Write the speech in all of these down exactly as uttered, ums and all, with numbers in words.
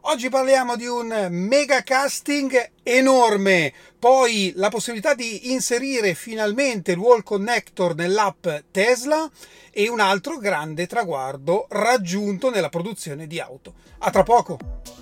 Oggi parliamo di un mega casting enorme, poi la possibilità di inserire finalmente il wall connector nell'app Tesla e un altro grande traguardo raggiunto nella produzione di auto. A tra poco!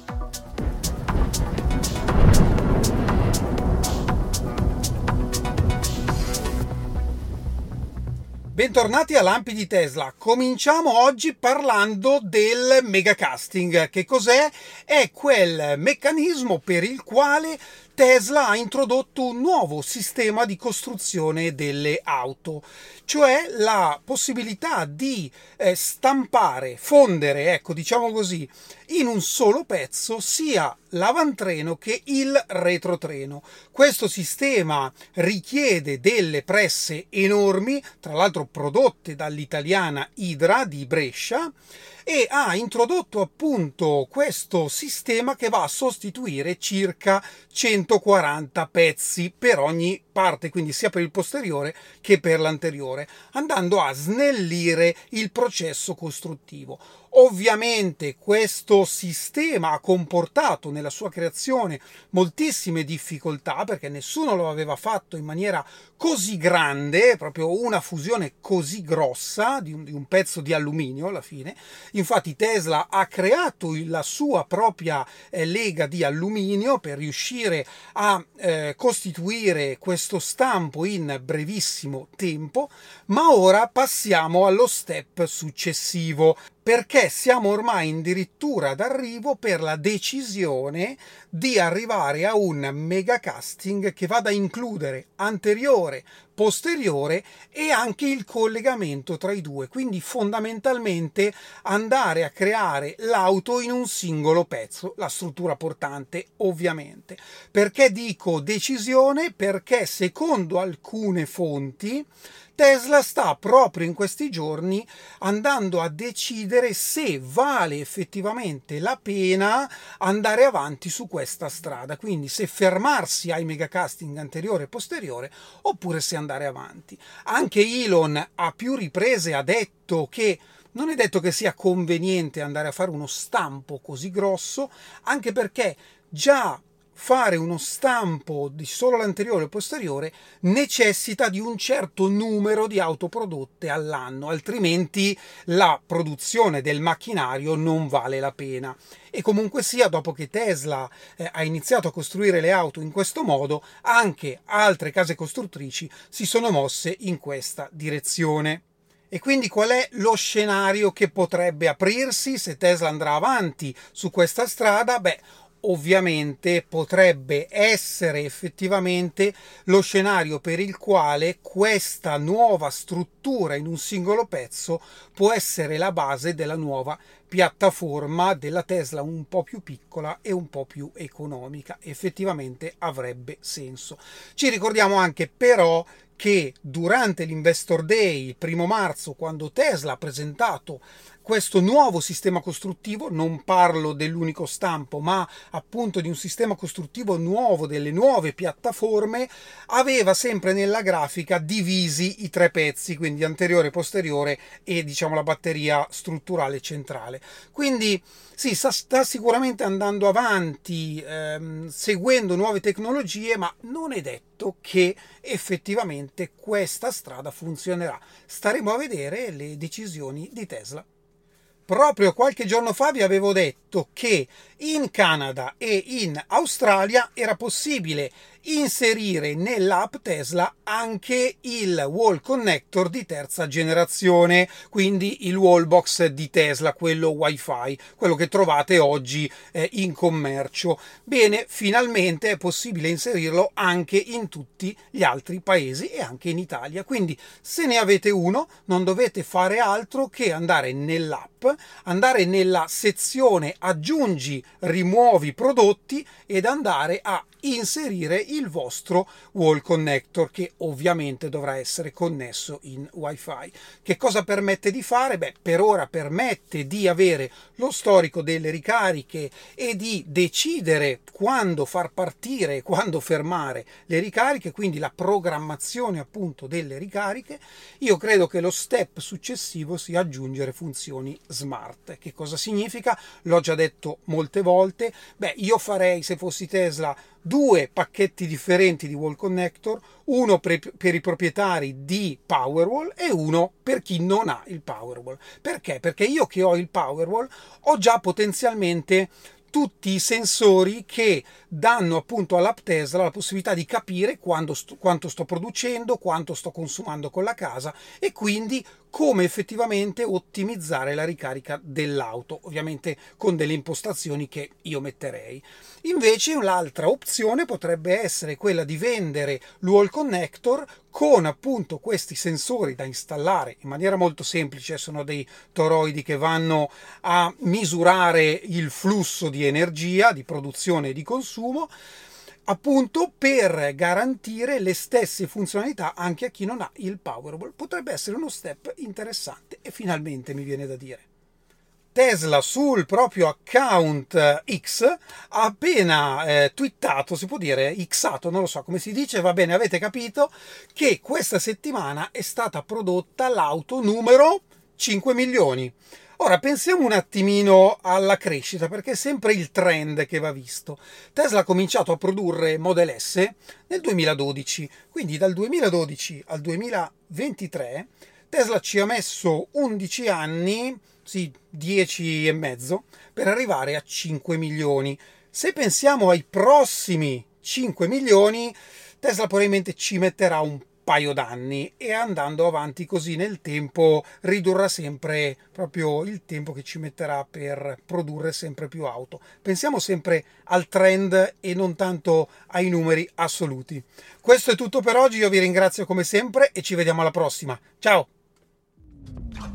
Bentornati a Lampi di Tesla. Cominciamo oggi parlando del megacasting. Che cos'è? È quel meccanismo per il quale Tesla ha introdotto un nuovo sistema di costruzione delle auto, cioè la possibilità di eh, stampare, fondere, ecco, diciamo così, in un solo pezzo sia l'avantreno che il retrotreno. Questo sistema richiede delle presse enormi, tra l'altro prodotte dall'italiana Hydra di Brescia, e ha introdotto appunto questo sistema che va a sostituire circa centoquaranta pezzi per ogni parte, quindi sia per il posteriore che per l'anteriore, andando a snellire il processo costruttivo. Ovviamente questo sistema ha comportato nella sua creazione moltissime difficoltà, perché nessuno lo aveva fatto in maniera così grande, proprio una fusione così grossa di un, di un pezzo di alluminio alla fine. Infatti Tesla ha creato la sua propria eh, lega di alluminio per riuscire a eh, costituire questo stampo in brevissimo tempo, ma ora passiamo allo step successivo, perché siamo ormai addirittura d'arrivo per la decisione di arrivare a un megacasting che vada a includere anteriore, posteriore e anche il collegamento tra i due, quindi fondamentalmente andare a creare l'auto in un singolo pezzo, la struttura portante ovviamente. Perché dico decisione? Perché secondo alcune fonti Tesla sta proprio in questi giorni andando a decidere se vale effettivamente la pena andare avanti su questa strada, quindi se fermarsi ai megacasting anteriore e posteriore oppure se andare avanti. Anche Elon a più riprese ha detto che non è detto che sia conveniente andare a fare uno stampo così grosso, anche perché già fare uno stampo di solo l'anteriore e il posteriore necessita di un certo numero di auto prodotte all'anno, altrimenti la produzione del macchinario non vale la pena. E comunque sia, dopo che Tesla eh, ha iniziato a costruire le auto in questo modo, anche altre case costruttrici si sono mosse in questa direzione. E quindi qual è lo scenario che potrebbe aprirsi se Tesla andrà avanti su questa strada? Beh, ovviamente potrebbe essere effettivamente lo scenario per il quale questa nuova struttura in un singolo pezzo può essere la base della nuova piattaforma della Tesla, un po' più piccola e un po' più economica. Effettivamente avrebbe senso. Ci ricordiamo anche però che durante l'Investor Day, il primo marzo, quando Tesla ha presentato questo nuovo sistema costruttivo, non parlo dell'unico stampo, ma appunto di un sistema costruttivo nuovo, delle nuove piattaforme, aveva sempre nella grafica divisi i tre pezzi, quindi anteriore, posteriore e diciamo la batteria strutturale centrale. Quindi sì, sta sicuramente andando avanti, ehm, seguendo nuove tecnologie, ma non è detto che effettivamente questa strada funzionerà. Staremo a vedere le decisioni di Tesla. Proprio qualche giorno fa vi avevo detto che in Canada e in Australia era possibile inserire nell'app Tesla anche il wall connector di terza generazione, quindi il wallbox di Tesla, quello Wi-Fi, quello che trovate oggi eh, in commercio. Bene, finalmente è possibile inserirlo anche in tutti gli altri paesi e anche in Italia, quindi se ne avete uno non dovete fare altro che andare nell'app, andare nella sezione aggiungi, rimuovi prodotti ed andare a inserire il vostro wall connector, che ovviamente dovrà essere connesso in Wi-Fi. Che cosa permette di fare? Beh, per ora permette di avere lo storico delle ricariche e di decidere quando far partire e quando fermare le ricariche, quindi la programmazione appunto delle ricariche. Io credo che lo step successivo sia aggiungere funzioni smart. Che cosa significa? L'ho già detto molte molte volte. Beh, io farei, se fossi Tesla, due pacchetti differenti di wall connector, uno per, per i proprietari di Powerwall e uno per chi non ha il Powerwall. Perché? Perché io che ho il Powerwall ho già potenzialmente tutti i sensori che danno appunto all'app Tesla la possibilità di capire quando sto, quanto sto producendo, quanto sto consumando con la casa e quindi come effettivamente ottimizzare la ricarica dell'auto, ovviamente con delle impostazioni che io metterei. Invece l'altra opzione potrebbe essere quella di vendere l'Wall Connector con appunto questi sensori da installare in maniera molto semplice, sono dei toroidi che vanno a misurare il flusso di energia, di produzione e di consumo, appunto per garantire le stesse funzionalità anche a chi non ha il Powerwall. Potrebbe essere uno step interessante e finalmente mi viene da dire. Tesla sul proprio account X ha appena eh, twittato, si può dire xato, non lo so come si dice, va bene, avete capito, che questa settimana è stata prodotta l'auto numero cinque milioni. Ora pensiamo un attimino alla crescita, perché è sempre il trend che va visto. Tesla ha cominciato a produrre Model S nel duemiladodici, quindi dal duemiladodici al duemilaventitré Tesla ci ha messo undici anni, sì, dieci e mezzo, per arrivare a cinque milioni. Se pensiamo ai prossimi cinque milioni, Tesla probabilmente ci metterà un paio d'anni e andando avanti così nel tempo ridurrà sempre proprio il tempo che ci metterà per produrre sempre più auto. Pensiamo sempre al trend e non tanto ai numeri assoluti. Questo è tutto per oggi, io vi ringrazio come sempre e ci vediamo alla prossima. Ciao!